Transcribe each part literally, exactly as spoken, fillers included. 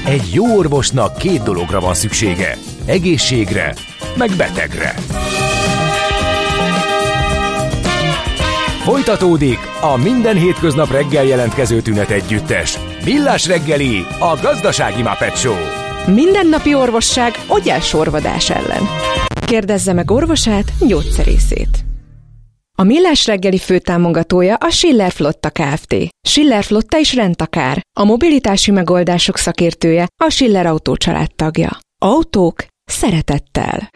Egy jó orvosnak két dologra van szüksége. Egészségre, meg betegre. Folytatódik a minden hétköznap reggel jelentkező tünet együttes. Millás reggeli, a gazdasági Muppet Show. Mindennapi orvosság ogyásorvadás ellen. Kérdezze meg orvosát, gyógyszerészét. A Millás reggeli főtámogatója a Schiller Flotta Kft. Schiller Flotta is rendtakár. A mobilitási megoldások szakértője, a Schiller Autó család tagja. Autók szeretettel.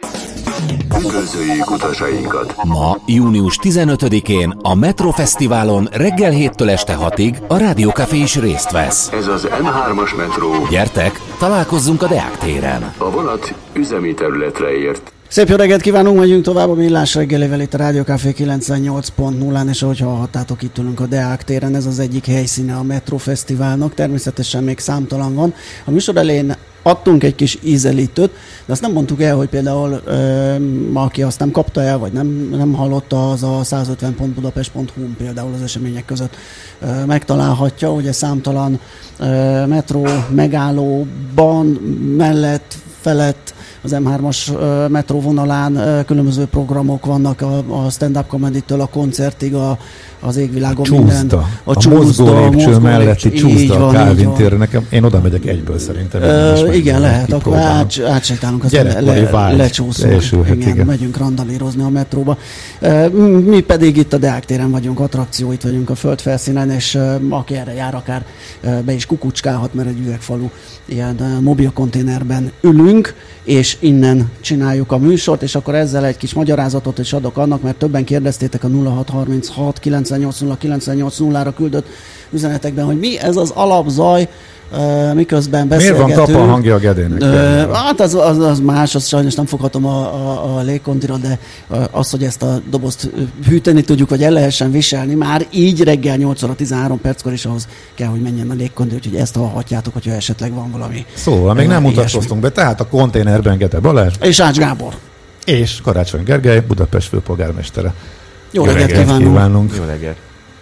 Üdvözöljük utasainkat! Ma, június tizenötödikén a Metro Fesztiválon reggel héttől este hatig a Rádió Café is részt vesz. Ez az em hármas metró. Gyertek, találkozzunk a Deák téren. A vonat üzemi területre ért. Szép jó reggelt kívánunk, megyünk tovább a Millás reggelével itt a Rádió Café kilencvennyolc pont nullán, és ahogy hallhattátok, itt ülünk a Deák téren, ez az egyik helyszíne a Metro Fesztiválnak, természetesen még számtalan van. A műsor elején adtunk egy kis ízelítőt, de azt nem mondtuk el, hogy például ö, aki azt nem kapta el, vagy nem, nem hallotta, az a százötven pont budapest pont hu például az események között ö, megtalálhatja, ugye számtalan ö, metró megállóban, mellett, felett, az em hármas uh, metróvonalán uh, különböző programok vannak, a, a stand-up comedy-től a koncertig, a, az égvilágon a minden. A, a csúszda, a mozgó lépcső melletti csúszda a Kálvin térre. Nekem, én oda megyek egyből szerintem. Uh, igen, lehet, akkor át, átsétálunk, aztán le, le, lecsúszunk. Igen, igen. Megyünk randalírozni a metróba. Uh, mi pedig itt a Deák téren vagyunk, attrakció, itt vagyunk a földfelszínen, és uh, aki erre jár, akár uh, be is kukucskálhat, mert egy üvegfalu ilyen uh, mobilkonténerben ülünk, és innen csináljuk a műsort, és akkor ezzel egy kis magyarázatot is adok annak, mert többen kérdeztétek a nulla hat harminchat kilencvennyolc nulla kilencvennyolc nullára küldött üzenetekben, hogy mi ez az alapzaj, uh, miközben beszélgetünk. Miért van tapa a hangja a Gedének? Uh, hát az, az, az más, az sajnos nem foghatom a, a, a légkontira, de az, hogy ezt a dobozt hűteni tudjuk, vagy el lehessen viselni, már így reggel nyolc óra tizenhárom perckor is ahhoz kell, hogy menjen a légkonti, úgyhogy ezt hallhatjátok, hogyha esetleg van valami. Szóval még nem mutatkoztunk be, tehát a konténerben Gede Balázs. És Ács Gábor. És Karácsony Gergely, Budapest főpolgármestere. Jó, Jó reggelt, reggelt kívánunk. kívánunk! Jó reggelt!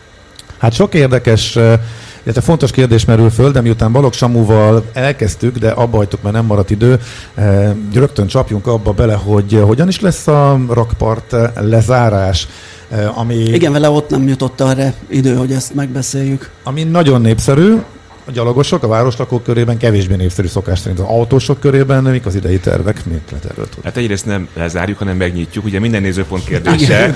Hát sok érdekes, illetve fontos kérdés merül föl, de miután Balogh Samúval elkezdtük, de abba hagytuk, mert nem maradt idő, rögtön csapjunk abba bele, hogy hogyan is lesz a rakpart lezárás. Ami, Igen, vele ott nem jutott arra idő, hogy ezt megbeszéljük. Ami nagyon népszerű, a gyalogosok, a városlakók körében kevésbé népszerű szokás szerint. Az autósok körében mik az idei tervek? Mit lehet erről tudni? Hát egyrészt nem lezárjuk, hanem megnyitjuk. Ugye minden nézőpont kérdése.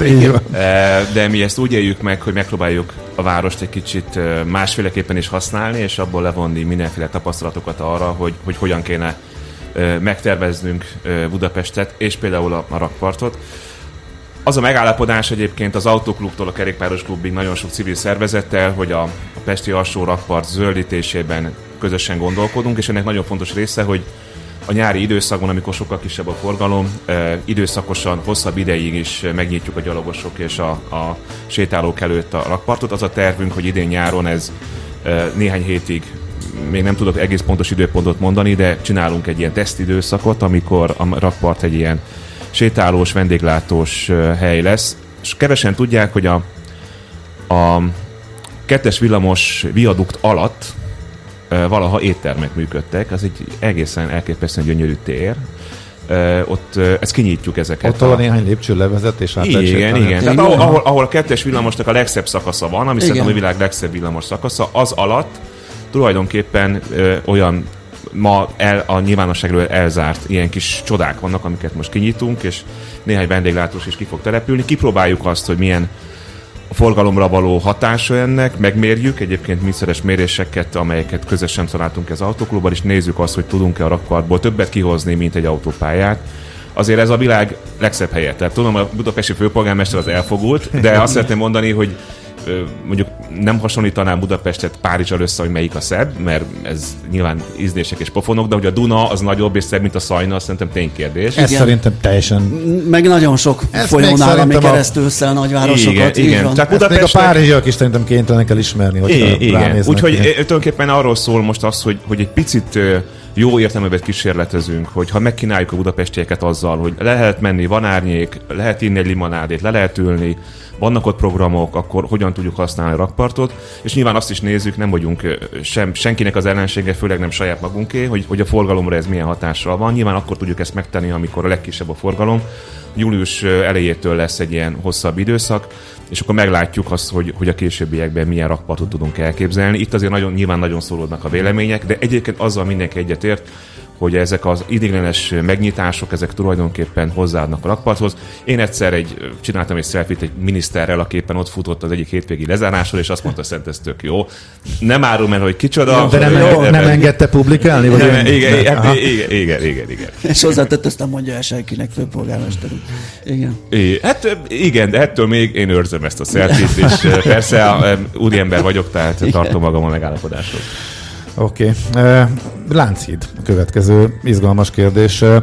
De mi ezt úgy éljük meg, hogy megpróbáljuk a várost egy kicsit másféleképpen is használni, és abból levonni mindenféle tapasztalatokat arra, hogy, hogy hogyan kéne megterveznünk Budapestet, és például a, a rakpartot. Az a megállapodás egyébként az autóklubtól a kerékpáros klubig nagyon sok civil szervezettel, hogy a, a pesti alsó rakpart zöldítésében közösen gondolkodunk, és ennek nagyon fontos része, hogy a nyári időszakban, amikor sokkal kisebb a forgalom, eh, időszakosan, hosszabb ideig is megnyitjuk a gyalogosok és a, a sétálók előtt a rakpartot. Az a tervünk, hogy idén nyáron ez eh, néhány hétig, még nem tudok egész pontos időpontot mondani, de csinálunk egy ilyen tesztidőszakot, amikor a rakpart egy ilyen sétálós, vendéglátós hely lesz. És kevesen tudják, hogy a, a kettes villamos viadukt alatt e, valaha éttermek működtek. Az egy egészen elképesztően gyönyörű tér. E, ott e, ezt kinyitjuk ezeket. Ott a néhány lépcső levezet, és át Igen, igen. igen. Tehát ahol, ahol, ahol a kettes villamosnak a legszebb szakasza van, ami igen. szerintem a világ legszebb villamos szakasza, az alatt tulajdonképpen e, olyan ma el, a nyilvánosságról elzárt ilyen kis csodák vannak, amiket most kinyitunk, és néhány vendéglátós is ki fog települni. Kipróbáljuk azt, hogy milyen a forgalomra való hatása ennek, megmérjük egyébként műszeres méréseket, amelyeket közösen találtunk az autóklubban, és nézzük azt, hogy tudunk-e a rakpartból többet kihozni, mint egy autópályát. Azért ez a világ legszebb helye. Tehát tudom, a budapesti főpolgármester az elfogult, de azt szeretném mondani, hogy mondjuk nem hasonlítanám Budapestet Párizsal össze, hogy melyik a szebb, mert ez nyilván ízlések és pofonok, de hogy a Duna az nagyobb és szebb, mint a Szajna, azt szerintem ténykérdés. Ez igen. Szerintem teljesen... Meg nagyon sok folyónál, ami keresztül össze a nagyvárosokat. Igen, igen. Csak Budapest... még a párizsiak is szerintem kénytelenek el ismerni, hogyha ránéznek. Úgyhogy tulajdonképpen arról szól most az, hogy, hogy egy picit jó értelművet kísérletezünk, hogy ha megkínáljuk a budapestieket azzal, hogy lehet menni, van árnyék, lehet inni egy limonádét, le lehet ülni, vannak ott programok, akkor hogyan tudjuk használni a rakpartot, és nyilván azt is nézzük, nem vagyunk sem, senkinek az ellensége, főleg nem saját magunké, hogy, hogy a forgalomra ez milyen hatással van. Nyilván akkor tudjuk ezt megtenni, amikor a legkisebb a forgalom. Július elejétől lesz egy ilyen hosszabb időszak, és akkor meglátjuk azt, hogy, hogy a későbbiekben milyen rakpartot tudunk elképzelni. Itt azért nagyon, nyilván nagyon szólódnak a vélemények, de egyébként azzal mindenki egyetért, hogy ezek az ideiglenes megnyitások, ezek tulajdonképpen hozzáadnak a rakparthoz. Én egyszer egy, csináltam egy selfie-t egy miniszterrel, aki éppen ott futott az egyik hétvégi lezárásról, és azt mondta, hogy szerint ez tök jó. Nem árul el, hogy kicsoda. De nem, jó, nem, nem engedte publikálni? Vagy nem, igen, igen, igen, igen, igen, igen. És hozzátett, ezt nem mondja el senkinek, főpolgármesterünk. Igen. É, hát igen, de ettől még én őrzöm ezt a selfie-t, és persze úriember vagyok, tehát igen. Tartom magam a megállapodáshoz. Oké. Okay. Uh, Lánchíd a következő izgalmas kérdés. Uh,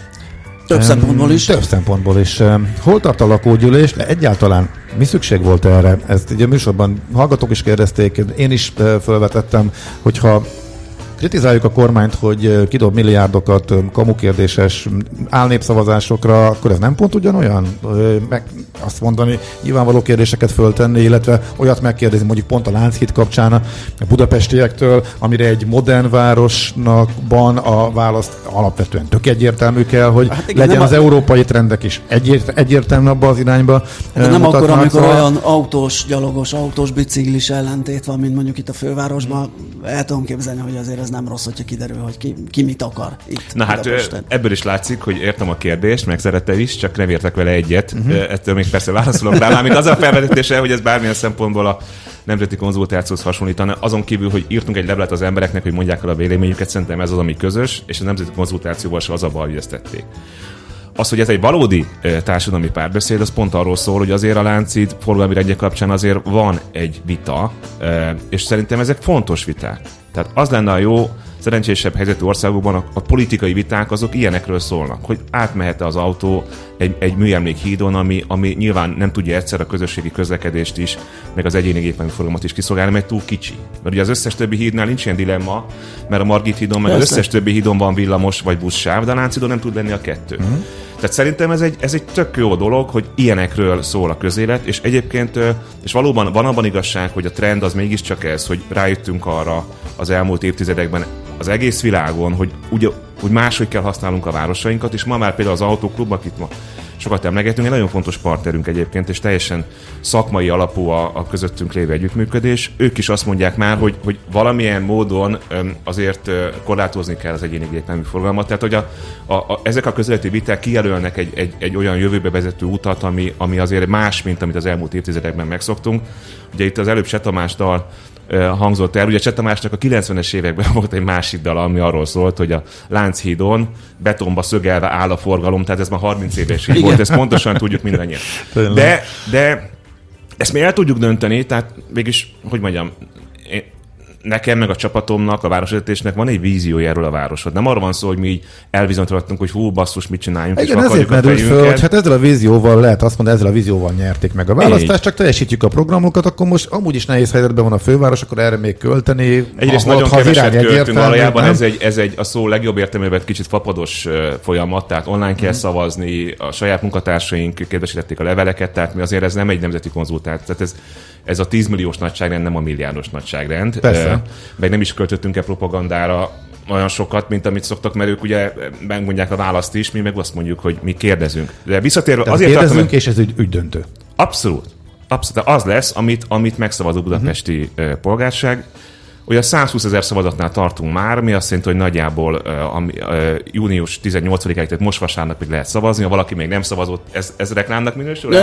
több um, szempontból is. Több szempontból is. Uh, hol tart a lakógyűlés? Egyáltalán mi szükség volt erre? Ezt ugye műsorban hallgatók is kérdezték, én is uh, felvetettem, hogyha kritizáljuk a kormányt, hogy kidob milliárdokat kamukérdéses álnépszavazásokra, akkor ez nem pont ugyanolyan? Meg azt mondani, nyilvánvaló kérdéseket föltenni, illetve olyat megkérdezni mondjuk pont a Lánchíd kapcsán a budapestiektől, amire egy modern városnakban a választ alapvetően tök egyértelmű kell, hogy hát igen, legyen az a... európai trendek is egyért, egyértelmű abba az irányba. De nem akkor, amikor olyan autós, gyalogos, autós, biciklis ellentét van, mint mondjuk itt a fővárosban, el tudom képzelni, hogy azért ez nem rossz, hogyha kiderül, hogy ki, ki mit akar itt. Na hát ebből is látszik, hogy értem a kérdést, meg szerettem is, csak nem értek vele egyet. Uh-huh. Ettől még persze válaszolok rá, mármint az a felvezetése, hogy ez bármilyen szempontból a nemzeti konzultációhoz hasonlítana. Azon kívül, hogy írtunk egy levelet az embereknek, hogy mondják el a véleményüket, szerintem ez az, ami közös, és a nemzeti konzultációval se az a baj, hogy ezt tették. Az, hogy ez egy valódi társadalmi párbeszéd, az pont arról szól, hogy azért a Lánchíd forgalmi rendje kapcsán azért van egy vita, és szerintem ezek fontos viták. Tehát az lenne a jó, szerencsésebb helyzetű országokban a, a politikai viták azok ilyenekről szólnak, hogy átmehet az autó egy, egy műemlékhídon, ami, ami nyilván nem tudja egyszer a közösségi közlekedést is, meg az egyéni gépjárműforgalmat is kiszolgálni, mert túl kicsi. Mert ugye az összes többi hídnál nincs ilyen dilemma, mert a Margit hídon, meg az összes többi hídon van villamos vagy buszsáv, de a Lánchídon nem tud lenni a kettő. Uh-huh. Tehát szerintem ez egy, ez egy tök jó dolog, hogy ilyenekről szól a közélet, és egyébként, és valóban van abban igazság, hogy a trend az mégiscsak ez, hogy rájöttünk arra az elmúlt évtizedekben az egész világon, hogy ugye, hogy máshogy kell használnunk a városainkat, és ma már például az Autóklub, akit ma sokat emlegetünk, egy nagyon fontos partnerünk egyébként, és teljesen szakmai alapú a, a közöttünk lévő együttműködés. Ők is azt mondják már, hogy, hogy valamilyen módon azért korlátozni kell az egyéni gépjárműforgalmat. Tehát, hogy a, a, a, ezek a közéleti viták kijelölnek egy, egy, egy olyan jövőbe vezető utat, ami, ami azért más, mint amit az elmúlt évtizedekben megszoktunk. Ugye itt az előbb Cseh Tamás dal hangzott el. Ugye Cseh Tamásnak a kilencvenes években volt egy másik dal, ami arról szólt, hogy a Lánchídon betonba szögelve áll a forgalom, tehát ez már harminc éves így volt, ezt pontosan tudjuk mindannyian. De, de ezt mi el tudjuk dönteni, tehát mégis, hogy mondjam, én, nekem meg a csapatomnak, a városvezetésnek van egy víziója erről a városod. Nem arra van szó, hogy mi így elbizonytalanodtunk, hogy hú, basszus, mit csináljunk, igen, és akarjuk a fejünket. Föl, hogy hát ezzel a vízióval lehet azt mondani, ezzel a vízióval nyerték meg a választást, csak teljesítjük a programokat, akkor most amúgy is nehéz helyzetben van a főváros, akkor erre még költeni. Egyrészt nagyon keveset költünk, valójában ez egy, ez egy a szó legjobb értelmében kicsit fapados folyamat, tehát online kell hmm. szavazni, a saját munkatársaink kérdésítették a leveleket, tehát mi azért ez nem egy nemzeti konzultáció, tehát ez Ez a tízmilliós nagyságrend, nem a milliárdos nagyságrend. Persze. Meg nem is költöttünk el propagandára olyan sokat, mint amit szoktak, mert ők ugye megmondják a választ is, mi meg azt mondjuk, hogy mi kérdezünk. De visszatérve, de azért kérdezünk, tartom, és ez ügy, ügydöntő. Abszolút. Abszolút. Az lesz, amit, amit megszavaz a budapesti uh-huh. polgárság. Ugye százhúszezer szavazatnál tartunk már, mi azt jelenti, hogy nagyjából uh, uh, június tizennyolcadikáig, tehát most vasárnap még lehet szavazni, ha valaki még nem szavazott, ez, ez reklámnak minősül?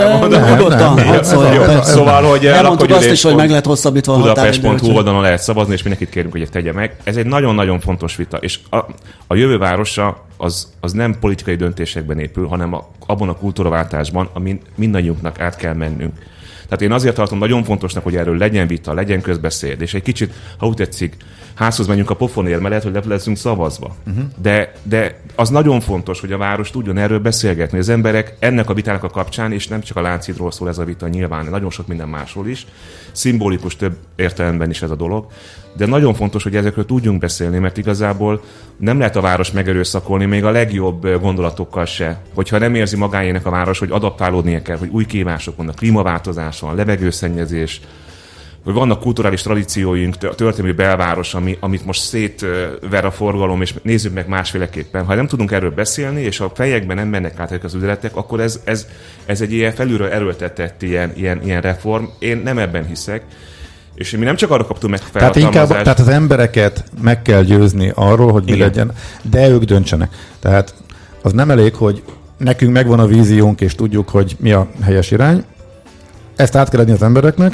Szóval, hogy elmondtuk azt is, hogy meg lehet hosszabbítva a budapest pont hu oldalon lehet szavazni, és mindenkit kérünk, hogy ezt tegye meg. Ez egy nagyon-nagyon fontos vita, és a, a jövő városa az, az nem politikai döntésekben épül, hanem a, abban a kultúraváltásban, amin mindannyiunknak át kell mennünk. Tehát én azért tartom nagyon fontosnak, hogy erről legyen vita, legyen közbeszéd, és egy kicsit, ha úgy tetszik, házhoz menjünk a pofonért, mert lehet, hogy le leszünk szavazva. Uh-huh. De, de az nagyon fontos, hogy a város tudjon erről beszélgetni. Az emberek ennek a vitának a kapcsán, és nem csak a Lánchídról szól ez a vita nyilván, nagyon sok minden másról is, szimbolikus több értelemben is ez a dolog, de nagyon fontos, hogy ezekről tudjunk beszélni, mert igazából nem lehet a város megerőszakolni, még a legjobb gondolatokkal se. Hogyha nem érzi magáének a város, hogy adaptálódnia kell, hogy új kívások vannak, klímaváltozás van, levegőszennyezés, hogy vannak kulturális tradícióink, történelmi belváros, ami, amit most szétver a forgalom, és nézzük meg másféleképpen. Ha nem tudunk erről beszélni, és a fejekben nem mennek át ezek az üzenetek, akkor ez, ez, ez egy ilyen felülről erőltetett ilyen, ilyen, ilyen reform. Én nem ebben hiszek. És mi nem csak arra kaptunk meg felhatalmazást. Tehát, inkább, tehát az embereket meg kell győzni arról, hogy mi Igen. legyen, de ők döntsenek. Tehát az nem elég, hogy nekünk megvan a víziónk, és tudjuk, hogy mi a helyes irány. Ezt át kell adni az embereknek,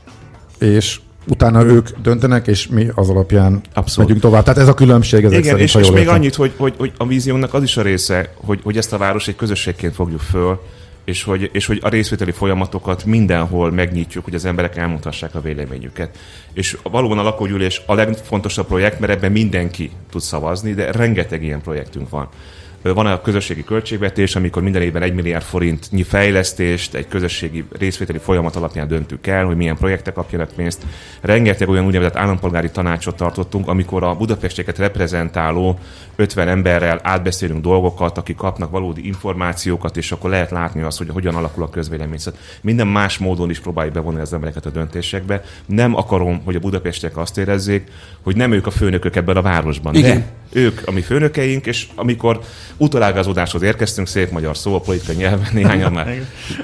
és utána ők döntenek, és mi az alapján Abszolút. megyünk tovább. Tehát ez a különbség ezek Igen, szerint, és, és még annyit, hogy, hogy, hogy a víziónak az is a része, hogy, hogy ezt a város egy közösségként fogjuk föl, és hogy, és hogy a részvételi folyamatokat mindenhol megnyitjuk, hogy az emberek elmondhassák a véleményüket. És valóban a lakógyűlés a legfontosabb projekt, mert ebben mindenki tud szavazni, de rengeteg ilyen projektünk van. Van a közösségi költségvetés, amikor minden évben egy milliárd forintnyi fejlesztést egy közösségi részvételi folyamat alapján döntünk el, hogy milyen projektek kapjanak pénzt. Rengeteg olyan úgynevezett állampolgári tanácsot tartottunk, amikor a budapestieket reprezentáló ötven emberrel átbeszélünk dolgokat, akik kapnak valódi információkat, és akkor lehet látni azt, hogy hogyan alakul a közvélemény. Szóval minden más módon is próbáljuk bevonni az embereket a döntésekbe. Nem akarom, hogy a budapestiek azt érezzék, hogy nem ők a főnökök ebben a városban. Igen. De ők a mi főnökeink, és amikor utolágazódáshoz érkeztünk, szép magyar szó, a politikai nyelven néhányan már,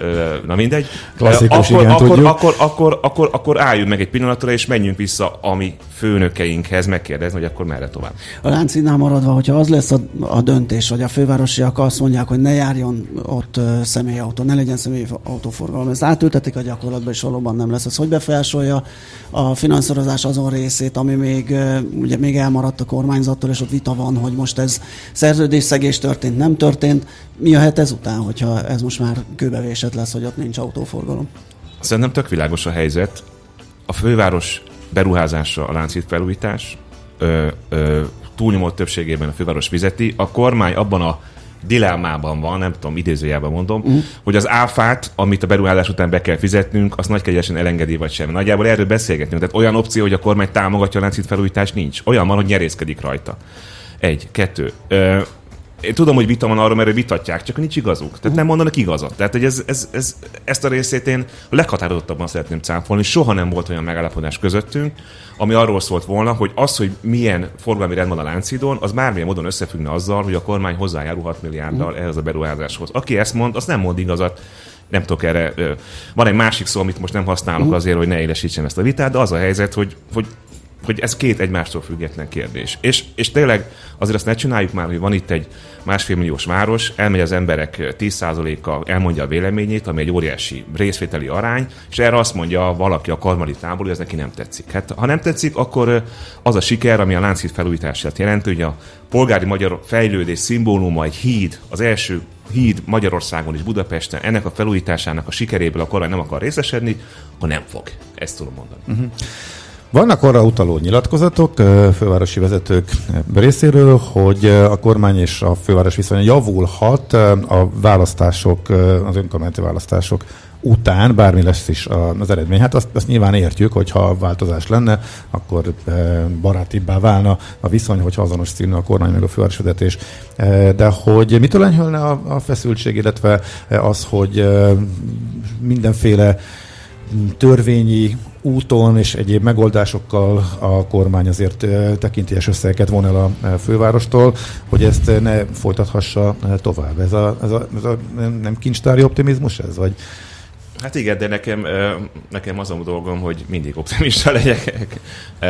na mindegy. Klasszikus, akkor, igen, akkor, tudjuk. akkor, akkor, akkor, akkor álljunk meg egy pillanatra, és menjünk vissza a mi főnökeinkhez megkérdezni, hogy akkor merre tovább. A Láncidnál maradva, hogyha az lesz a, a döntés, hogy a fővárosiak azt mondják, hogy ne járjon ott uh, személyautó, ne legyen személyautóforgalom, ezt átültetik a gyakorlatba, és valóban nem lesz. Ez hogy befolyásolja a finanszírozás azon részét, ami még, uh, ugye még elmaradt a kormányzattól, és ott vita van, hogy most ez szerződésszegés történt, nem történt. Mi jöhet ezután, hogyha ez most már kőbevésett lesz, hogy ott nincs autóforgalom? Szerintem tök világos a helyzet. A főváros beruházása, a Lánchíd felújítás ö, ö, túlnyomó többségében a főváros fizeti. A kormány abban a dilemmában van, nem tudom, idézőjelben mondom, uh. hogy az áfát, amit a beruházás után be kell fizetnünk, azt nagykegyesen elengedi vagy sem. Nagyjából erről beszélgetünk. Tehát olyan opció, hogy a kormány támogatja a Lánchíd felújítást, nincs. Olyan van, hogy nyerészkedik rajta. Egy, kettő. Ö, Én tudom, hogy vita van arról, mert vitatják, csak nincs igazuk. Tehát nem mondanak igazat. Tehát, hogy ez, ez, ez, ezt a részét én a leghatározottabban szeretném cáfolni. Soha nem volt olyan megállapodás közöttünk, ami arról szólt volna, hogy az, hogy milyen forgalmi rend van a Lánchídon, az bármilyen módon összefüggne azzal, hogy a kormány hozzájárul hat milliárddal ehhez a beruházáshoz. Aki ezt mond, az nem mond igazat. Nem tudok erre. Van egy másik szó, amit most nem használok azért, hogy ne élesítsem ezt a vitát, de az a helyzet, hogy, hogy hogy ez két egymástól független kérdés. És, és tényleg azért azt ne csináljuk már, hogy van itt egy másfél milliós város, elmegy az emberek tíz százaléka elmondja a véleményét, ami egy óriási részvételi arány, és erre azt mondja valaki a karmelitából, hogy ez neki nem tetszik. Hát, ha nem tetszik, akkor az a siker, ami a Lánchíd felújítását jelenti, hogy a polgári magyar fejlődés szimbóluma, egy híd, az első híd Magyarországon és Budapesten, ennek a felújításának a sikeréből a kormány nem akar részesedni, akkor nem fog. Ezt tudom mondani. Uh-huh. Vannak arra utaló nyilatkozatok fővárosi vezetők részéről, hogy a kormány és a főváros viszonya javulhat a választások, az önkormányzati választások után, bármi lesz is az eredmény. Hát azt, azt nyilván értjük, hogy ha változás lenne, akkor barátibbá válna a viszony, hogyha azonos színű a kormány meg a fővárosvezetés. De hogy mitől enyhülne a, a feszültség, illetve az, hogy mindenféle törvényi úton és egyéb megoldásokkal a kormány azért tekintélyes összegeket von el a fővárostól, hogy ezt ne folytathassa tovább. Ez a, ez a, ez a nem kincstári optimizmus ez? Vagy? Hát igen, de nekem, nekem az a dolgom, hogy mindig optimista legyek.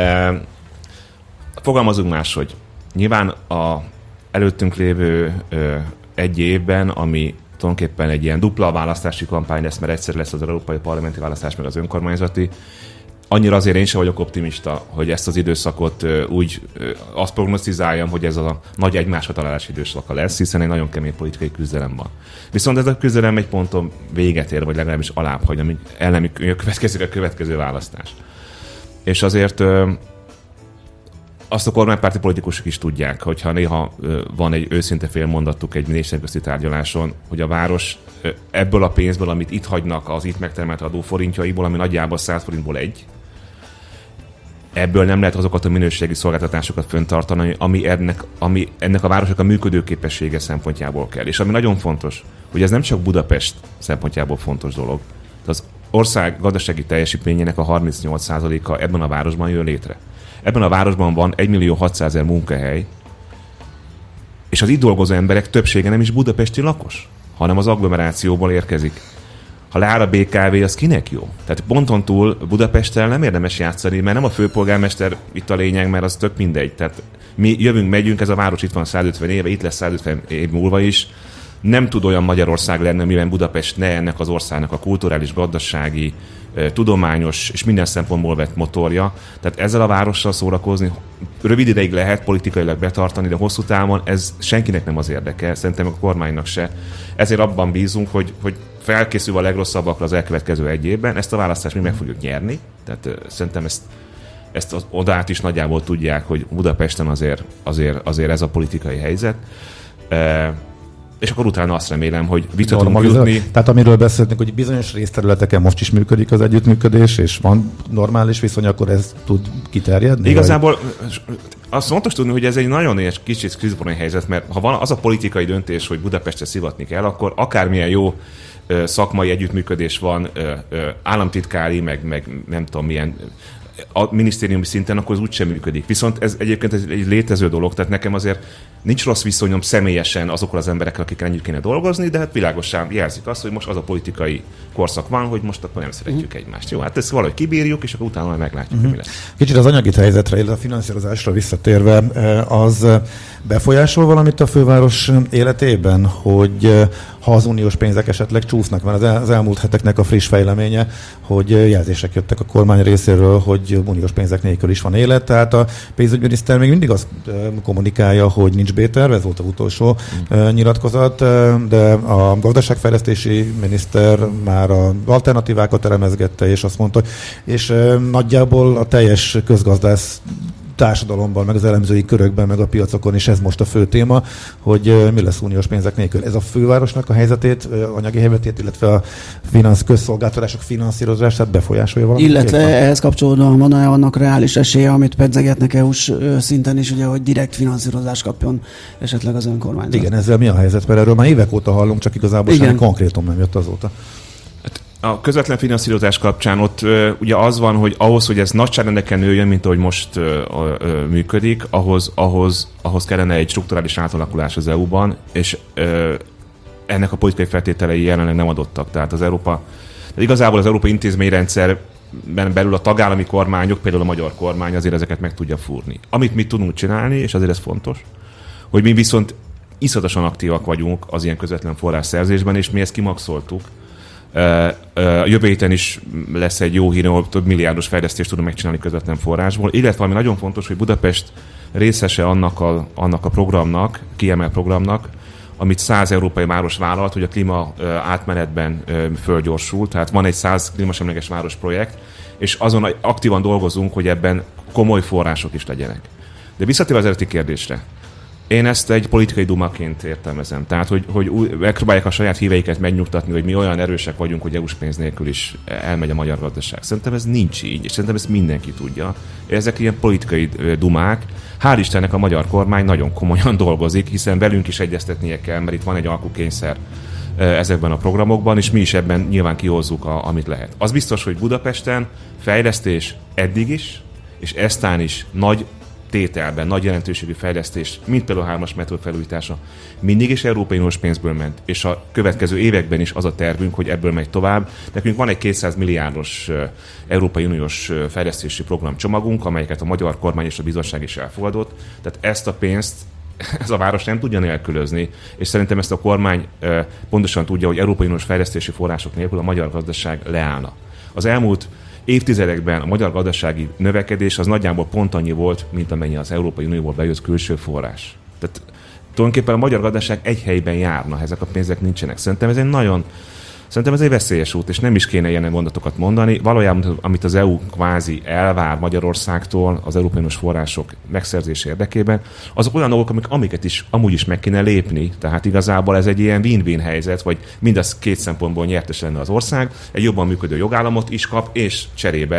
Fogalmazunk máshogy. Nyilván a előttünk lévő egy évben, ami tulajdonképpen egy ilyen dupla választási kampány lesz, mert egyszer lesz az európai parlamenti választás, meg az önkormányzati. Annyira azért én sem vagyok optimista, hogy ezt az időszakot úgy azt prognosztizáljam, hogy ez a nagy egymásra találási időszaka lesz, hiszen egy nagyon kemény politikai küzdelem van. Viszont ez a küzdelem egy ponton véget ér, vagy legalábbis alább hagy, amíg el nem következik a következő választás. És azért azt a kormánypárti politikusok is tudják, hogyha néha van egy őszinte félmondatuk egy miniszterközti tárgyaláson, hogy a város ebből a pénzből, amit itt hagynak az itt megtermelt adó forintjaiból, ami nagyjából száz forintból egy, ebből nem lehet azokat a minőségi szolgáltatásokat fenntartani, ami ennek, ami ennek a városnak a működőképessége szempontjából kell. És ami nagyon fontos, hogy ez nem csak Budapest szempontjából fontos dolog, de az ország gazdasági teljesítményének a harmincnyolc százaléka ebben a városban jön létre. Ebben a városban van egymillió hatszázezer munkahely, és az itt dolgozó emberek többsége nem is budapesti lakos, hanem az agglomerációból érkezik. Ha leáll a bé ká vé, az kinek jó? Tehát ponton túl Budapesttel nem érdemes játszani, mert nem a főpolgármester itt a lényeg, mert az tök mindegy. Tehát mi jövünk, megyünk, ez a város itt van százötven éve, itt lesz százötven év múlva is. Nem tud olyan Magyarország lenni, mivel Budapest ne ennek az országnak a kulturális, gazdasági, tudományos és minden szempontból vett motorja. Tehát ezzel a várossal szórakozni rövid ideig lehet politikailag betartani, de hosszú távon ez senkinek nem az érdeke, szerintem a kormánynak se. Ezért abban bízunk, hogy, hogy felkészülve a legrosszabbakra az elkövetkező egy évben, ezt a választást mi meg fogjuk nyerni. Tehát uh, szerintem ezt, ezt az odát is nagyjából tudják, hogy Budapesten azért, azért, azért ez a politikai helyzet. Uh, és akkor utána azt remélem, hogy vissza tudunk jutni. Tehát amiről beszéltünk, hogy bizonyos részterületeken most is működik az együttműködés, és van normális viszony, akkor ez tud kiterjedni? Igazából vagy? Azt fontos tudni, hogy ez egy nagyon kicsit skizofrén helyzet, mert ha van az a politikai döntés, hogy Budapestre szivatni kell, akkor akármilyen jó ö, szakmai együttműködés van, ö, ö, államtitkári, meg, meg nem tudom milyen a minisztériumi szinten, akkor az úgysem működik. Viszont ez egyébként egy létező dolog, tehát nekem azért nincs rossz viszonyom személyesen azokkal az emberekkel, akikkel együtt kéne dolgozni, de hát világosan jelzik azt, hogy most az a politikai korszak van, hogy most akkor nem szeretjük uh-huh. egymást. Jó, hát ezt valahogy kibírjuk, és akkor utána majd meglátjuk, uh-huh. hogy mi lesz. Kicsit az anyagi helyzetre, illetve a finanszírozásra visszatérve, az befolyásol valamit a főváros életében, hogy ha az uniós pénzek esetleg csúsznak, mert az elmúlt heteknek a friss fejleménye, hogy jelzések jöttek a kormány részéről, hogy uniós pénzek nélkül is van élet, tehát a pénzügyminiszter még mindig azt kommunikálja, hogy nincs B-terv, ez volt az utolsó mm. nyilatkozat, de a gazdaságfejlesztési miniszter már az alternatívákat elemezgette, és azt mondta, és nagyjából a teljes közgazdász társadalomban, meg az elemzői körökben, meg a piacokon is ez most a fő téma, hogy mi lesz uniós pénzek nélkül. Ez a fővárosnak a helyzetét, anyagi helyzetét, illetve a finansz, közszolgáltatások finanszírozását befolyásolja valami? Illetve ehhez kapcsolódóan van-e annak reális esélye, amit pedzegetnek é u-s szinten is, ugye, hogy direkt finanszírozást kapjon esetleg az önkormányzat? Igen, ezzel mi a helyzet? Mert erről már évek óta hallunk, csak igazából semmi konkrétum nem jött azóta. A közvetlen finanszírozás kapcsán ott ö, ugye az van, hogy ahhoz, hogy ez nagyságrendeken nőjön, mint ahogy most ö, ö, működik, ahhoz, ahhoz, ahhoz kellene egy strukturális átalakulás az é u-ban, és ö, ennek a politikai feltételei jelenleg nem adottak. Tehát az Európa, de igazából az európai intézményrendszerben belül a tagállami kormányok, például a magyar kormány azért ezeket meg tudja fúrni. Amit mi tudunk csinálni, és azért ez fontos, hogy mi viszont iszonyatosan aktívak vagyunk az ilyen közvetlen forrásszerzésben, és mi ezt kimaxoltuk. A jövő héten is lesz egy jó hír, ahol több milliárdos fejlesztést tudunk megcsinálni közvetlen forrásból, illetve ami nagyon fontos, hogy Budapest részese annak a, annak a programnak, kiemelt programnak, amit száz európai város vállalt, hogy a klíma átmenetben fölgyorsul, tehát van egy száz klímasemleges város projekt, és azon aktívan dolgozunk, hogy ebben komoly források is legyenek. De visszatérve az eredeti kérdésre, én ezt egy politikai dumaként értelmezem. Tehát, hogy, hogy megpróbálják a saját híveiket megnyugtatni, hogy mi olyan erősek vagyunk, hogy é u-s pénz nélkül is elmegy a magyar gazdaság. Szerintem ez nincs így, és szerintem ezt mindenki tudja. Ezek ilyen politikai dumák. Hál' Istennek a magyar kormány nagyon komolyan dolgozik, hiszen velünk is egyeztetnie kell, mert itt van egy alkukényszer ezekben a programokban, és mi is ebben nyilván kihozzuk, a, amit lehet. Az biztos, hogy Budapesten fejlesztés eddig is, és eztán is nagy tételben, nagy jelentőségű fejlesztés, mint például a hármas metró felújítása, mindig is európai uniós pénzből ment, és a következő években is az a tervünk, hogy ebből megy tovább. Nekünk van egy kétszáz milliárdos európai uniós fejlesztési programcsomagunk, amelyeket a magyar kormány és a bizottság is elfogadott. Tehát ezt a pénzt ez a város nem tudja nélkülözni, és szerintem ezt a kormány pontosan tudja, hogy európai uniós fejlesztési források nélkül a magyar gazdaság leállna. Az elmúlt évtizedekben a magyar gazdasági növekedés az nagyjából pont annyi volt, mint amennyi az Európai Unióból bejött külső forrás. Tehát tulajdonképpen a magyar gazdaság egy helyben járna, ha ezek a pénzek nincsenek. Szerintem ez egy nagyon, szerintem ez egy veszélyes út, és nem is kéne ilyen mondatokat mondani. Valójában, amit az é u kvázi elvár Magyarországtól az európai uniós források megszerzése érdekében, azok olyan dolgok, amik, amiket is amúgy is meg kéne lépni. Tehát igazából ez egy ilyen win-win helyzet, vagy mindaz két szempontból nyertes lenne az ország, egy jobban működő jogállamot is kap, és cserébe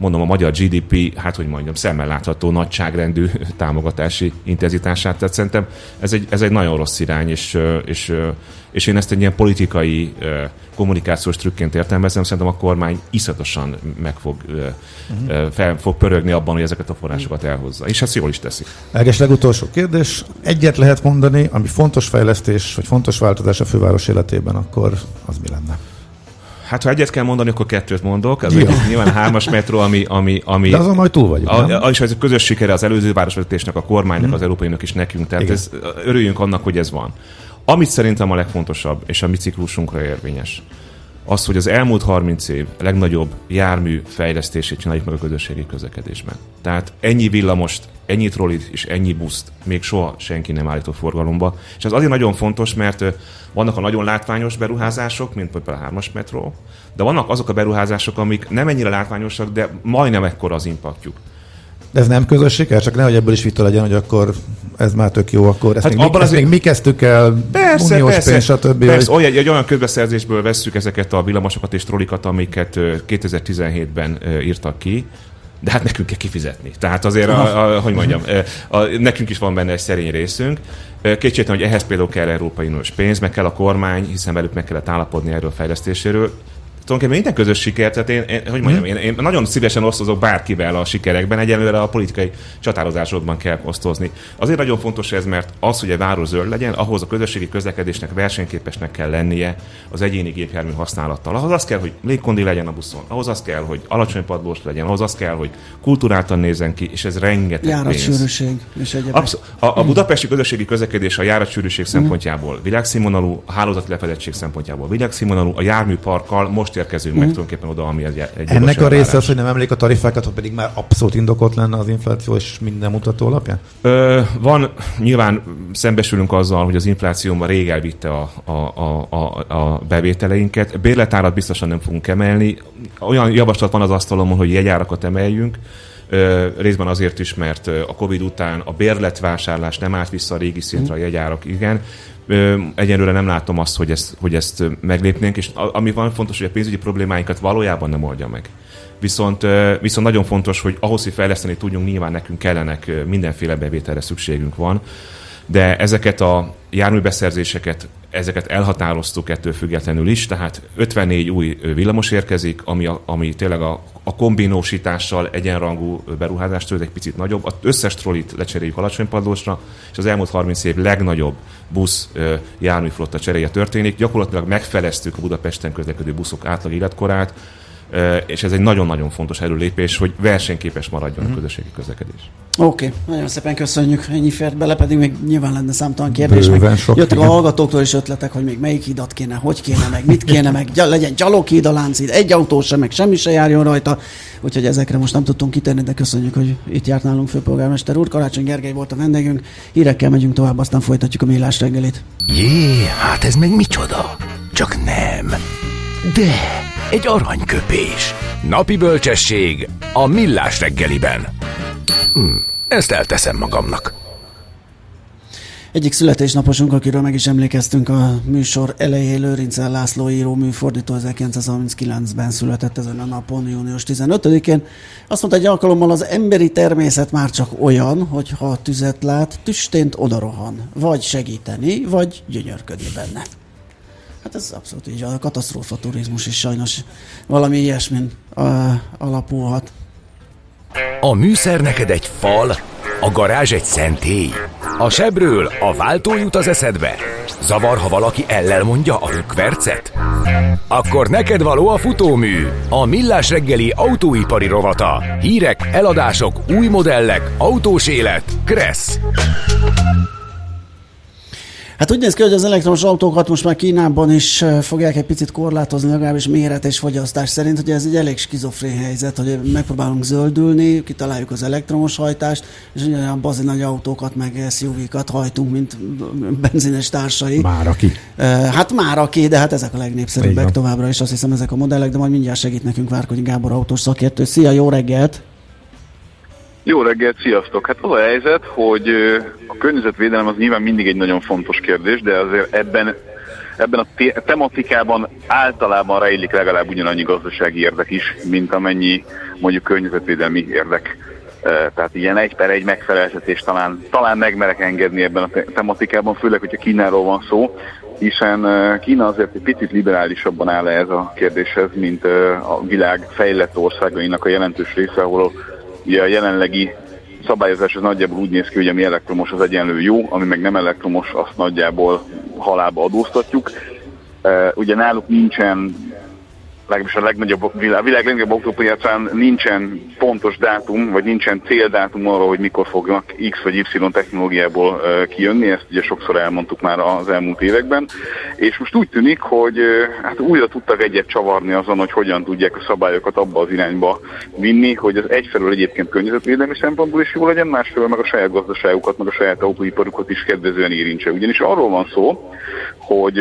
mondom, a magyar gé dé pé, hát hogy mondjam, szemmel látható nagyságrendű támogatási intenzitását. Tehát szerintem ez egy, ez egy nagyon rossz irány, és, és, és én ezt egy ilyen politikai kommunikációs trükként értelmezem, szerintem a kormány iszonyatosan meg fog, uh-huh. fel fog pörögni abban, hogy ezeket a forrásokat elhozza. És ezt jól is teszi. Leges legutolsó kérdés. Egyet lehet mondani, ami fontos fejlesztés, vagy fontos változás a főváros életében, akkor az mi lenne? Hát, ha egyet kell mondani, akkor kettőt mondok. Az egyik nyilván a hármas metró, ami... ami, ami de azon majd túl vagyunk, a, és ez a közös sikere az előző városvezetésnek, a kormánynak, hmm. az Európai Uniónak és nekünk. Tehát ez, örüljünk annak, hogy ez van. Amit szerintem a legfontosabb, és a mi ciklusunkra érvényes, az, hogy az elmúlt harminc év legnagyobb jármű fejlesztését csináljuk meg a közösségi közlekedésben. Tehát ennyi villamost, ennyi trollit és ennyi buszt még soha senki nem állított forgalomba. És ez azért nagyon fontos, mert vannak a nagyon látványos beruházások, mint például a hármas metró, de vannak azok a beruházások, amik nem ennyire látványosak, de majdnem ekkora az impaktjuk. De ez nem közös siker? Csak nehogy ebből is vita legyen, hogy akkor ez már tök jó, akkor ezt, hát még, mi, ezt még mi kezdtük el, persze, uniós persze, pénz, stb. Persze, hogy... olyan, egy olyan közbeszerzésből vesszük ezeket a villamosokat és trollikat, amiket kétezer-tizenhétben írtak ki, de hát nekünk kell kifizetni. Tehát azért, a, a, hogy mondjam, a, a, nekünk is van benne egy szerény részünk. Kétségtelen, hogy ehhez például kell Európai Uniós pénz, meg kell a kormány, hiszen velük meg kellett állapodni erről a fejlesztéséről. Tulajdonképpen minden közös siker, tehát én, én hogy mondjam, én, én nagyon szívesen osztozok bárkivel a sikerekben, egyenlőre a politikai csatározásokban kell osztozni. Azért nagyon fontos ez, mert az, hogy egy város zöld legyen, ahhoz a közösségi közlekedésnek versenyképesnek kell lennie az egyéni gépjármű használattal. Ahhoz az kell, hogy légkondi legyen a buszon, ahhoz az kell, hogy alacsony padlós legyen, ahhoz az kell, hogy kulturáltan nézzen ki, és ez rengeteg járatsűrűség és egyébként. Abszol- a, a budapesti közösségi közlekedés a járatsűrűség szempontjából világszínvonalú, a hálózati lefedettség szempontjából világszínvonalú, a járműparkkal most érkezünk meg mm. tulajdonképpen oda, ami egy, egy ennek a része az, hogy nem emlék a tarifákat, ha pedig már abszolút indokolt lenne az infláció és minden mutató alapján? Ö, van, nyilván szembesülünk azzal, hogy az inflációban rég elvitte a, a, a, a, a bevételeinket. Bérletárat biztosan nem fogunk emelni. Olyan javaslat van az asztalomon, hogy jegyárakat emeljünk. Ö, részben azért is, mert a Covid után a bérletvásárlás nem állt vissza a régi szintre, a jegyárak igen. Egyelőre nem látom azt, hogy ezt, hogy ezt meglépnénk, és ami van fontos, hogy a pénzügyi problémáinkat valójában nem oldja meg. Viszont, viszont nagyon fontos, hogy ahhoz, hogy fejleszteni tudjunk, nyilván nekünk kellenek, mindenféle bevételre szükségünk van, de ezeket a járműbeszerzéseket, ezeket elhatároztuk ettől függetlenül is, tehát ötvennégy új villamos érkezik, ami, a, ami tényleg a, a kombinósítással egyenrangú beruházást tőle egy picit nagyobb. Az összes trollit lecseréljük alacsony padlósra, és az elmúlt harminc év legnagyobb busz járműflotta cseréje történik. Gyakorlatilag megfeleztük a Budapesten közlekedő buszok átlag életkorát, és ez egy nagyon-nagyon fontos előlépés, hogy versenyképes maradjon a közösségi közlekedés. Oké, okay. Nagyon szépen köszönjük, ennyi fért bele, pedig még nyilván lenne számtalan kérdés. Bőven sok, jöttek igen. A hallgatóktól is ötletek, hogy még melyik hidat kéne, hogy kéne meg, mit kéne meg, legyen gyaloghíd, a Lánchíd, egy autó sem, meg semmi se járjon rajta, úgyhogy ezekre most nem tudtunk kitérni, de köszönjük, hogy itt járt nálunk főpolgármester úr. Karácsony Gergely volt a vendégünk, hírekkel megyünk tovább, aztán folytatjuk a Millás reggelit. Jé, hát ez meg micsoda? Csak nem. De egy aranyköpés. Napi bölcsesség a Millás reggeliben. Hm, ezt elteszem magamnak. Egyik születésnaposunk, akiről meg is emlékeztünk a műsor elején, Lőrincel László író, műfordító, ezerkilencszázharminckilencben született ezen a napon, június tizenötödikén. Azt mondta egy alkalommal, az emberi természet már csak olyan, hogy ha tüzet lát, tüstént odarohan. Vagy segíteni, vagy gyönyörködni benne. Hát ez abszolút így, a katasztrófa turizmus is sajnos valami ilyesmin uh, alapulhat. A műszer neked egy fal, a garázs egy szentély. A sebről a váltó jut az eszedbe. Zavar, ha valaki ellel mondja a rükvercet? Akkor neked való a futómű, a Millás reggeli autóipari rovata. Hírek, eladások, új modellek, autós élet, Kressz. Hát úgy néz ki, hogy az elektromos autókat most már Kínában is fogják egy picit korlátozni, legalábbis méret és fogyasztás szerint, hogy ez egy elég skizofrén helyzet, hogy megpróbálunk zöldülni, kitaláljuk az elektromos hajtást, és olyan bazi nagy autókat, meg es u vé-kat hajtunk, mint benzines társai. Már aki. Hát már aki, de hát ezek a legnépszerűbbek továbbra is, azt hiszem ezek a modellek, de majd mindjárt segít nekünk Várkonyi Gábor autós szakértő. Szia, jó reggelt! Jó reggelt, sziasztok! Hát az a helyzet, hogy a környezetvédelem az nyilván mindig egy nagyon fontos kérdés, de azért ebben ebben a te- tematikában általában rejlik legalább ugyanannyi gazdasági érdek is, mint amennyi mondjuk környezetvédelmi érdek. Tehát ilyen egy per egy megfeleltetés talán, talán megmerek engedni ebben a te- tematikában, főleg, hogyha Kínáról van szó, hiszen Kína azért egy picit liberálisabban áll ez a kérdéshez, mint a világ fejlett országainak a jelentős része, ahol ugye a jelenlegi szabályozás az nagyjából úgy néz ki, hogy ami elektromos az egyenlő jó, ami meg nem elektromos, azt nagyjából halálba adóztatjuk. Ugye náluk nincsen, legalábbis a legnagyobb, a világ legnagyobb autópiacán nincsen pontos dátum, vagy nincsen céldátum arra, hogy mikor fognak X vagy Y technológiából kijönni, ezt ugye sokszor elmondtuk már az elmúlt években, és most úgy tűnik, hogy hát újra tudtak egyet csavarni azon, hogy hogyan tudják a szabályokat abba az irányba vinni, hogy az egyfelől egyébként környezetvédelmi szempontból is jó legyen, másfelől meg a saját gazdaságukat, meg a saját autóiparukat is kedvezően érintse. Ugyanis arról van szó, hogy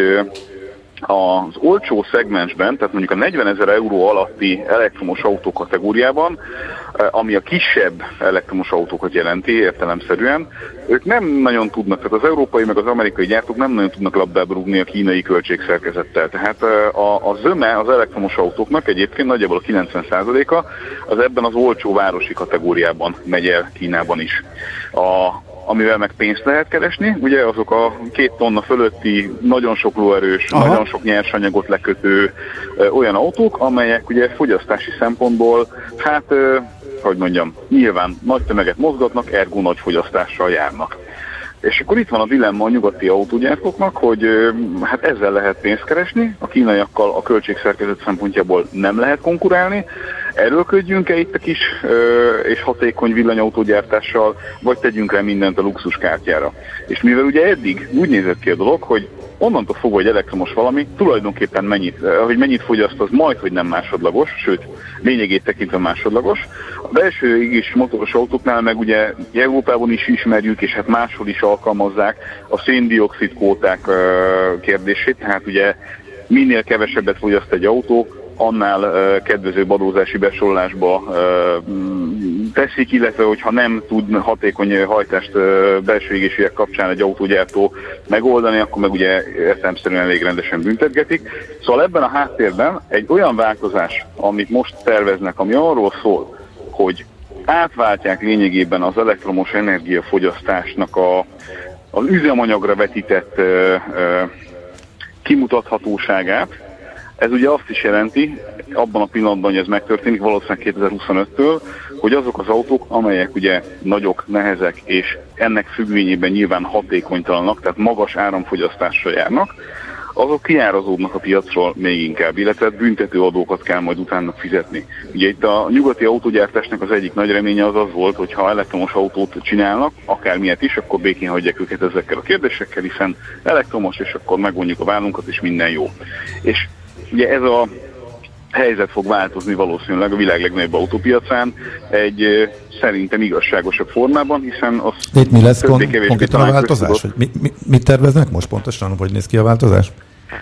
az olcsó szegmensben, tehát mondjuk a negyvenezer euró alatti elektromos autó kategóriában, ami a kisebb elektromos autókat jelenti értelemszerűen, ők nem nagyon tudnak, tehát az európai meg az amerikai gyártók nem nagyon tudnak labdába rúgni a kínai költségszerkezettel. Tehát a, a zöme az elektromos autóknak egyébként nagyjából a kilencven százaléka az ebben az olcsó városi kategóriában megy el Kínában is. A amivel meg pénzt lehet keresni, ugye azok a két tonna fölötti, nagyon sok lóerős, Aha. nagyon sok nyersanyagot lekötő ö, olyan autók, amelyek ugye fogyasztási szempontból, hát, ö, hogy mondjam, nyilván nagy tömeget mozgatnak, ergo nagy fogyasztással járnak. És akkor itt van a dilemma a nyugati autógyártóknak, hogy ö, hát ezzel lehet pénzt keresni, a kínaiakkal a költségszerkezet szempontjából nem lehet konkurálni, erőlködjünk-e itt a kis ö, és hatékony villanyautógyártással, vagy tegyünk rá mindent a luxuskártyára. És mivel ugye eddig úgy nézett ki a dolog, hogy onnantól fogva, hogy elektromos valami, tulajdonképpen mennyit, hogy mennyit fogyaszt, az majd, hogy nem másodlagos, sőt, lényegét tekintve másodlagos. A belső égésű motoros autóknál meg ugye Európában is ismerjük, és hát máshol is alkalmazzák a szén-dioxid kvóták kérdését, tehát ugye minél kevesebbet fogyaszt egy autó, annál uh, kedvezőbb adózási besorolásba uh, teszik, illetve hogyha nem tud hatékony hajtást uh, belső égésűek kapcsán egy autógyártó megoldani, akkor meg ugye értelemszerűen elég rendesen büntetgetik. Szóval ebben a háttérben egy olyan változás, amit most terveznek, ami arról szól, hogy átváltják lényegében az elektromos energiafogyasztásnak a, az üzemanyagra vetített uh, uh, kimutathatóságát. Ez ugye azt is jelenti, abban a pillanatban, hogy ez megtörténik, valószínűleg kétezer-huszonöttől, hogy azok az autók, amelyek ugye nagyok, nehezek, és ennek függvényében nyilván hatékonytalanak, tehát magas áramfogyasztással járnak, azok kiárazódnak a piacról még inkább, illetve büntető adókat kell majd utána fizetni. Ugye itt a nyugati autógyártásnak az egyik nagy reménye az az volt, hogy ha elektromos autót csinálnak, akármilyet is, akkor békén hagyják őket ezekkel a kérdésekkel, hiszen elektromos, és akkor megvonjuk a vállunkat, és minden jó. És ugye ez a helyzet fog változni valószínűleg a világ legnagyobb autópiacán egy szerintem igazságosabb formában, hiszen az... De itt mi lesz kon- konkrétan a változás? Hogy mi, mi, mit terveznek most pontosan, hogy néz ki a változás?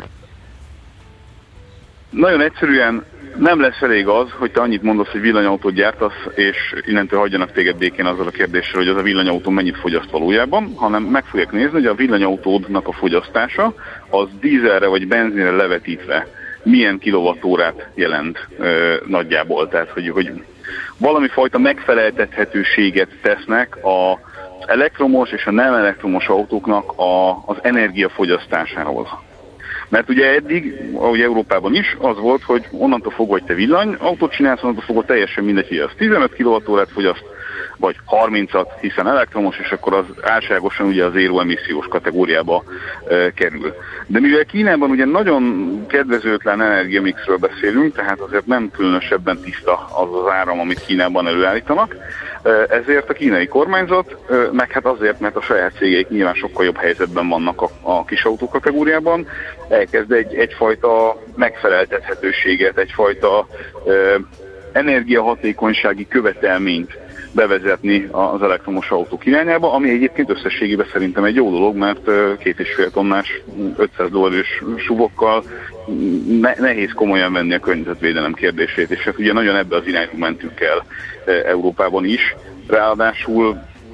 Nagyon egyszerűen nem lesz elég az, hogy te annyit mondasz, hogy villanyautót gyártasz, és innentől hagyjanak téged békén azzal a kérdéssel, hogy az a villanyautó mennyit fogyaszt valójában, hanem meg fogják nézni, hogy a villanyautódnak a fogyasztása az dízelre vagy benzinre levetítve milyen kilowattórát jelent ö, nagyjából. Tehát, hogy, hogy valami fajta megfeleltethetőséget tesznek az elektromos és a nem elektromos autóknak a, az energiafogyasztásához. Mert ugye eddig, ahogy Európában is, az volt, hogy onnantól fogva, hogy te villanyautót csinálsz, onnantól fogva teljesen mindegy, hogy az tizenöt kilowattórát fogyaszt, vagy harmincat, hiszen elektromos, és akkor az álságosan ugye az zéró emissziós kategóriába e, kerül. De mivel Kínában ugye nagyon kedvezőtlen energiamixről beszélünk, tehát azért nem különösebben tiszta az az áram, amit Kínában előállítanak, e, ezért a kínai kormányzat, e, meg hát azért, mert a saját cégeik nyilván sokkal jobb helyzetben vannak a, a kisautó kategóriában, elkezd egy, egyfajta megfeleltethetőséget, egyfajta e, energiahatékonysági követelményt bevezetni az elektromos autók irányába, ami egyébként összességében szerintem egy jó dolog, mert két és fél tonnás, ötszáz dollárus suvokkal ne, nehéz komolyan venni a környezetvédelem kérdését, és hát ugye nagyon ebbe az irányba mentünk el Európában is. Ráadásul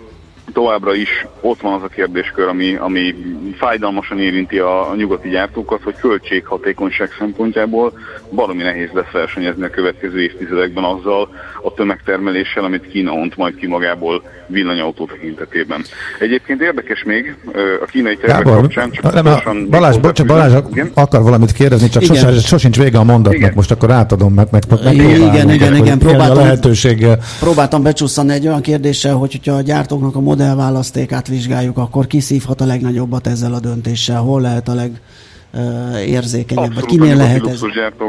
továbbra is ott van az a kérdéskör, ami, ami fájdalmasan érinti a, a nyugati gyártókat, hogy költséghatékonyság szempontjából baromi nehéz lesz versenyezni a következő évtizedekben azzal a tömegtermeléssel, amit Kína ont majd ki magából villanyautó tekintetében. Egyébként érdekes még a kínai tervek kapcsán, csak nem, a Balázs, bocs, Balázs akar valamit kérdezni, csak sosem, sosincs vége a mondatnak, igen. Most akkor átadom, meg, meg, meg igen, igen, igen, igen, próbáltam, a lehetőséggel. Próbáltam becsusszani egy olyan kérdéssel, hogy hogyha a gyártóknak a modellválasztékát vizsgáljuk, akkor ki szívhat a legnagyobbat ezzel a döntéssel? Hol lehet a legérzékenyebb? Uh, Kinél lehet ez?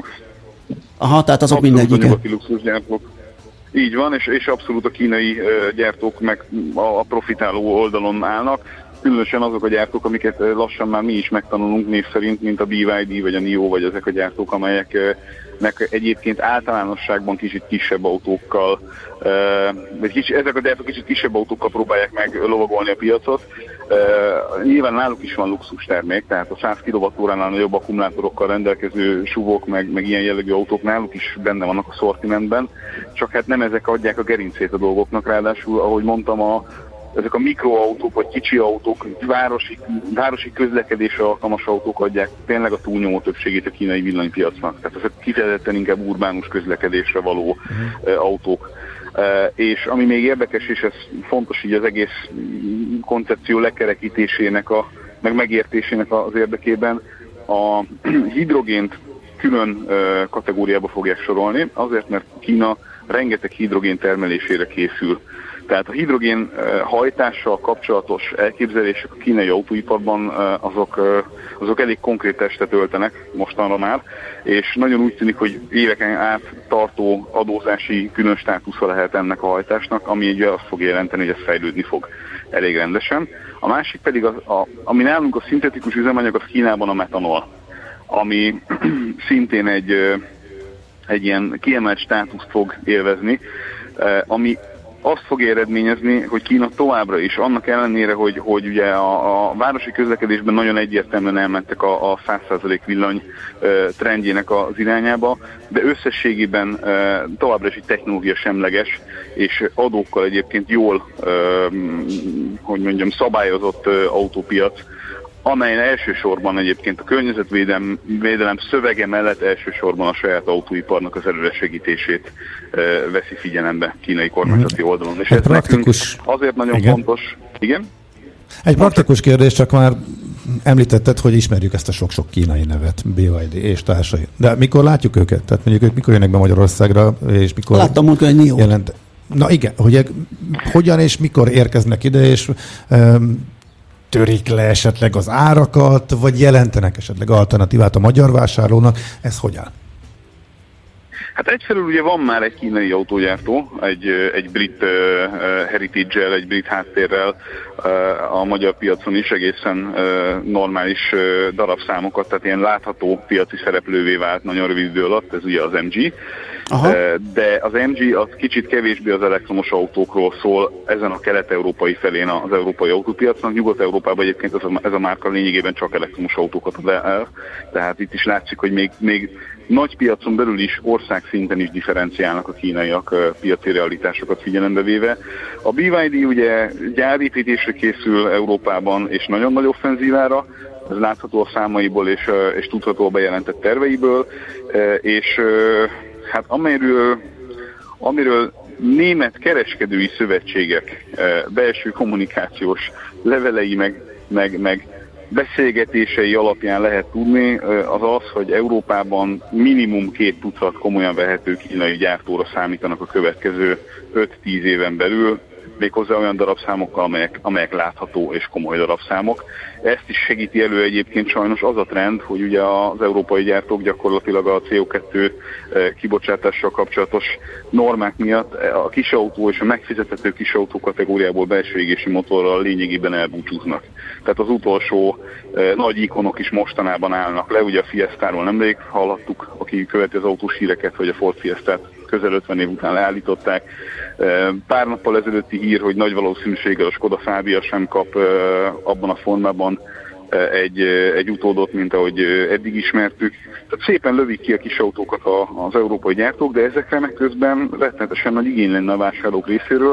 Aha, tehát azok mindegyike. Abszolút a luxusgyártók. Így van, és, és abszolút a kínai uh, gyártók meg a, a profitáló oldalon állnak. Különösen azok a gyártók, amiket lassan már mi is megtanulunk név szerint, mint a bé ipszilon dé, vagy a NIO, vagy ezek a gyártók, amelyeknek egyébként általánosságban kicsit kisebb autókkal, vagy kicsi, ezek a gyártók kicsit kisebb autókkal próbálják meg lovagolni a piacot. Nyilván náluk is van luxus termék, tehát a száz kilowattóránál nagyobb akkumulátorokkal rendelkező suvok, meg, meg ilyen jellegű autók náluk is benne vannak a szortimentben, csak hát nem ezek adják a gerincét a dolgoknak, ráadásul, ahogy mondtam, a ezek a mikroautók, vagy kicsi autók, városi, városi közlekedésre alkalmas autók adják tényleg a túlnyomó többségét a kínai villanypiacnak. Tehát ezek kifejezetten inkább urbánus közlekedésre való uh, autók. Uh, és ami még érdekes, és ez fontos így az egész koncepció lekerekítésének, a, meg megértésének az érdekében, a hidrogént külön uh, kategóriába fogják sorolni, azért, mert Kína rengeteg hidrogén termelésére készül. Tehát a hidrogén hajtással kapcsolatos elképzelések a kínai autóiparban azok, azok elég konkrét testet öltenek mostanra már, és nagyon úgy tűnik, hogy éveken át tartó adózási külön státusza lehet ennek a hajtásnak, ami ugye azt fog jelenteni, hogy ez fejlődni fog elég rendesen. A másik pedig, az, a, ami nálunk a szintetikus üzemanyag, az Kínában a metanol, ami szintén egy, egy ilyen kiemelt státuszt fog élvezni, ami azt fog eredményezni, hogy Kína továbbra is, annak ellenére, hogy, hogy ugye a, a városi közlekedésben nagyon egyértelműen elmentek a, a száz százalék villany ö, trendjének az irányába, de összességében ö, továbbra is egy technológia semleges, és adókkal egyébként jól, ö, hogy mondjam, szabályozott ö, autópiac, amelyen elsősorban egyébként a környezetvédelem védelem szövege mellett elsősorban a saját autóiparnak az előresegítését e, veszi figyelembe kínai kormányzati oldalon. És egy ez praktikus, azért nagyon igen. fontos. Igen? Egy praktikus kérdés, csak már említetted, hogy ismerjük ezt a sok-sok kínai nevet, bé ipszilon dé és társai. De mikor látjuk őket? Tehát mondjuk ők mikor jönnek be Magyarországra, és mikor láttam mondani, hogy NIO. Jelent... Na igen, hogy hogyan és mikor érkeznek ide, és um, törik le esetleg az árakat, vagy jelentenek esetleg alternatívát a magyar vásárlónak? Ez hogy áll? Hát egyfelől ugye van már egy kínai autógyártó, egy, egy brit uh, heritage-el, egy brit háttérrel uh, a magyar piacon is egészen uh, normális uh, darabszámokat, tehát ilyen látható piaci szereplővé vált nagyon rövid idő alatt, ez ugye az em gé. Aha. De az em gé az kicsit kevésbé az elektromos autókról szól ezen a kelet-európai felén az európai autópiacnak. Nyugat-Európában egyébként ez a, ez a márka lényegében csak elektromos autókat ad el, tehát itt is látszik, hogy még, még nagy piacon belül is országszinten is differenciálnak a kínaiak piaci realitásokat figyelembe véve. A bé ipszilon dé ugye gyárépítésre készül Európában, és nagyon nagy offenzívára, ez látható a számaiból és, és tudható a bejelentett terveiből, és hát amiről, amiről német kereskedői szövetségek belső kommunikációs levelei meg, meg, meg beszélgetései alapján lehet tudni, az az, hogy Európában minimum két tucat komolyan vehető kínai gyártóra számítanak a következő öt-tíz éven belül, méghozzá olyan darabszámokkal, amelyek, amelyek látható és komoly darabszámok. Ezt is segíti elő egyébként sajnos az a trend, hogy ugye az európai gyártók gyakorlatilag a cé o kettő kibocsátással kapcsolatos normák miatt a kisautó és a megfizethető kisautó kategóriából belső égési motorral lényegében elbúcsúznak. Tehát az utolsó eh, nagy ikonok is mostanában állnak le, ugye a Fiestáról nemrég hallhattuk, aki követi az autós híreket, hogy a Ford Fiestát közel ötven év után leállították. Pár nappal ezelőtti hír, hogy nagy valószínűséggel a Skoda Fabia sem kap abban a formában egy, egy utódot, mint ahogy eddig ismertük. Tehát szépen lövik ki a kis autókat az európai gyártók, de ezekre meg közben rettenetesen nagy igény lenne a vásárlók részéről,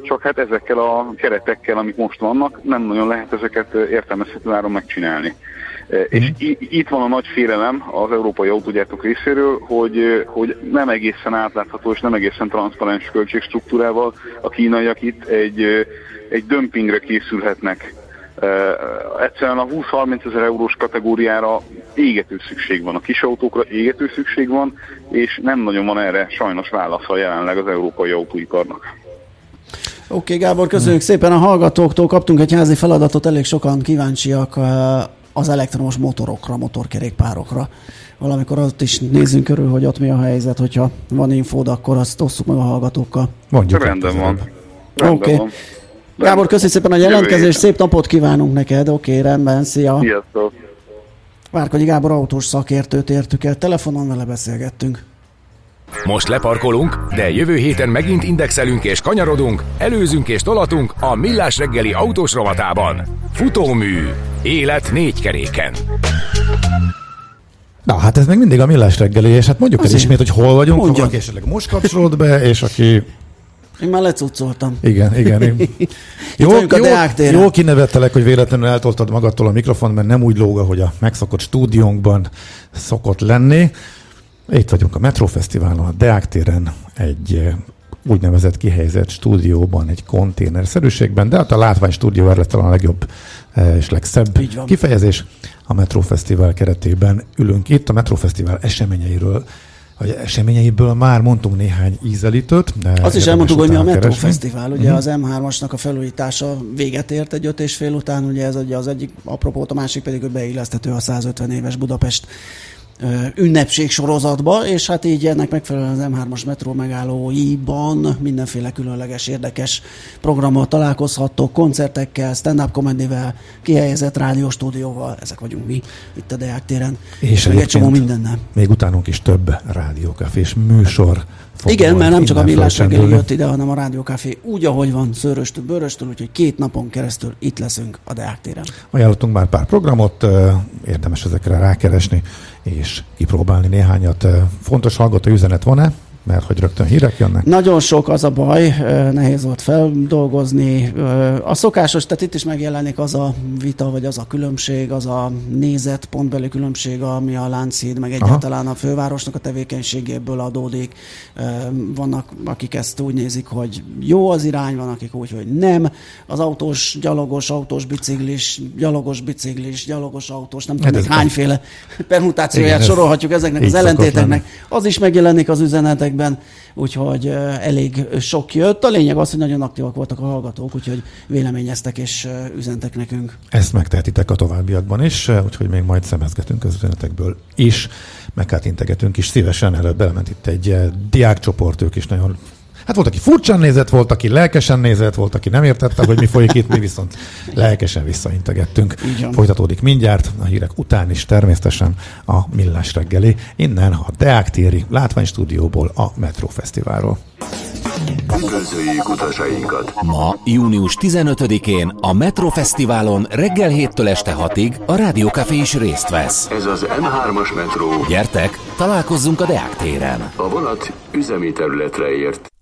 csak hát ezekkel a keretekkel, amik most vannak, nem nagyon lehet ezeket értelmezhető áron megcsinálni. Mm. És itt van a nagy félelem az európai autógyártók részéről, hogy, hogy nem egészen átlátható és nem egészen transzparens költségstruktúrával a kínaiak itt egy, egy dömpingre készülhetnek. Uh, egyszerűen a húsz-harminc ezer eurós kategóriára égető szükség van, a kis autókra égető szükség van, és nem nagyon van erre sajnos válasza jelenleg az európai autóiparnak. Oké, okay, Gábor, köszönjük hmm. szépen a hallgatóktól, kaptunk egy házi feladatot, elég sokan kíváncsiak az elektromos motorokra, motorkerékpárokra. Valamikor ott is nézzünk körül, hogy ott mi a helyzet, hogyha van infód, akkor azt osszuk meg a hallgatókkal. Mondjuk. Rendben van. Oké. Okay. Gábor, köszönjük szépen a jelentkezést, szép napot kívánunk neked, oké, okay, rendben, szia! Sziasztok! Várkonyi Gábor autós szakértőt értük el, telefonon vele beszélgettünk. Most leparkolunk, de jövő héten megint indexelünk és kanyarodunk, előzünk és tolatunk a Millás reggeli autós rovatában. Futómű. Élet négy keréken. Na, hát ez még mindig a Millás reggeli, és hát mondjuk el ismét, hogy hol vagyunk, Mondjam. ha valaki esetleg most kapcsolódott be, és aki... Én már lecuccoltam. Igen, igen. Én... jó, jó, jó kinevettelek, hogy véletlenül eltoltad magadtól a mikrofont, mert nem úgy lóg, ahogy a megszokott stúdiónkban szokott lenni. Itt vagyunk a Metrofesztiválon, a Deák téren, egy úgynevezett kihelyezett stúdióban, egy konténerszerűségben, de hát a látványstúdió erre talán a legjobb és legszebb kifejezés. A Metrofesztivál keretében ülünk itt, a Metrofesztivál eseményeiről vagy eseményeiből már mondtunk néhány ízelítőt. Azt is elmondtuk, hogy mi a Metrofesztivál. Ugye uh-huh. az em hármasnak a felújítása véget ért egy öt és fél után, ugye ez ugye az egyik apropót, a másik pedig, hogy beilleszthető a százötven éves Budapest ünnepség sorozatba, és hát így ennek megfelelően az em hármas metró megállóiban mindenféle különleges, érdekes programmal találkozhattok, koncertekkel, stand-up comedy-vel, kihelyezett rádióstúdióval, ezek vagyunk mi itt a Deák téren. És egy csomó mindennel. Még utánunk is több rádiókafés műsor. Igen, mert nem csak a Millás reggeli jött ide, hanem a Rádiókafé úgy, ahogy van, szőröstől, bőröstől, úgyhogy két napon keresztül itt leszünk a Deák téren. Ajánlottunk már pár programot, érdemes ezekre rákeresni, és kipróbálni néhányat. Fontos hallgató üzenet van-e? Mert hogy rögtön hírek jönnek? Nagyon sok, az a baj, nehéz volt feldolgozni. A szokásos, tehát itt is megjelenik az a vita, vagy az a különbség, az a nézetpontbeli különbség, ami a Lánchíd, meg egyáltalán a fővárosnak a tevékenységéből adódik. Vannak, akik ezt úgy nézik, hogy jó az irány, van, akik úgy, hogy nem. Az autós, gyalogos, autós biciklis, gyalogos biciklis, gyalogos autós, nem tudom, hát hányféle permutációját igen, sorolhatjuk ezeknek az ellentéteknek. Az is megjelenik az üzenetek. Úgyhogy uh, elég sok jött. A lényeg az, hogy nagyon aktívak voltak a hallgatók, úgyhogy véleményeztek és uh, üzentek nekünk. Ezt megtehetitek a továbbiakban is, úgyhogy még majd szemezgetünk az üzenetekből is, meg hát integetünk is szívesen. Előbb belement itt egy uh, diákcsoport, ők is nagyon... Hát volt, aki furcsán nézett, volt, aki lelkesen nézett, volt, aki nem értette, hogy mi folyik itt, mi viszont lelkesen visszaintegettünk. Folytatódik mindjárt, a hírek után is természetesen a Millás reggeli, innen a Deák téri látványstúdióból, a Metrofesztiválról. Üdvözöljük utasainkat! Ma, június tizenötödikén a Metrofesztiválon reggel héttől este hatig a Rádiókafé is részt vesz. Ez az em hármas metró. Gyertek, találkozzunk a Deák téren! A vonat üzemi területre ért.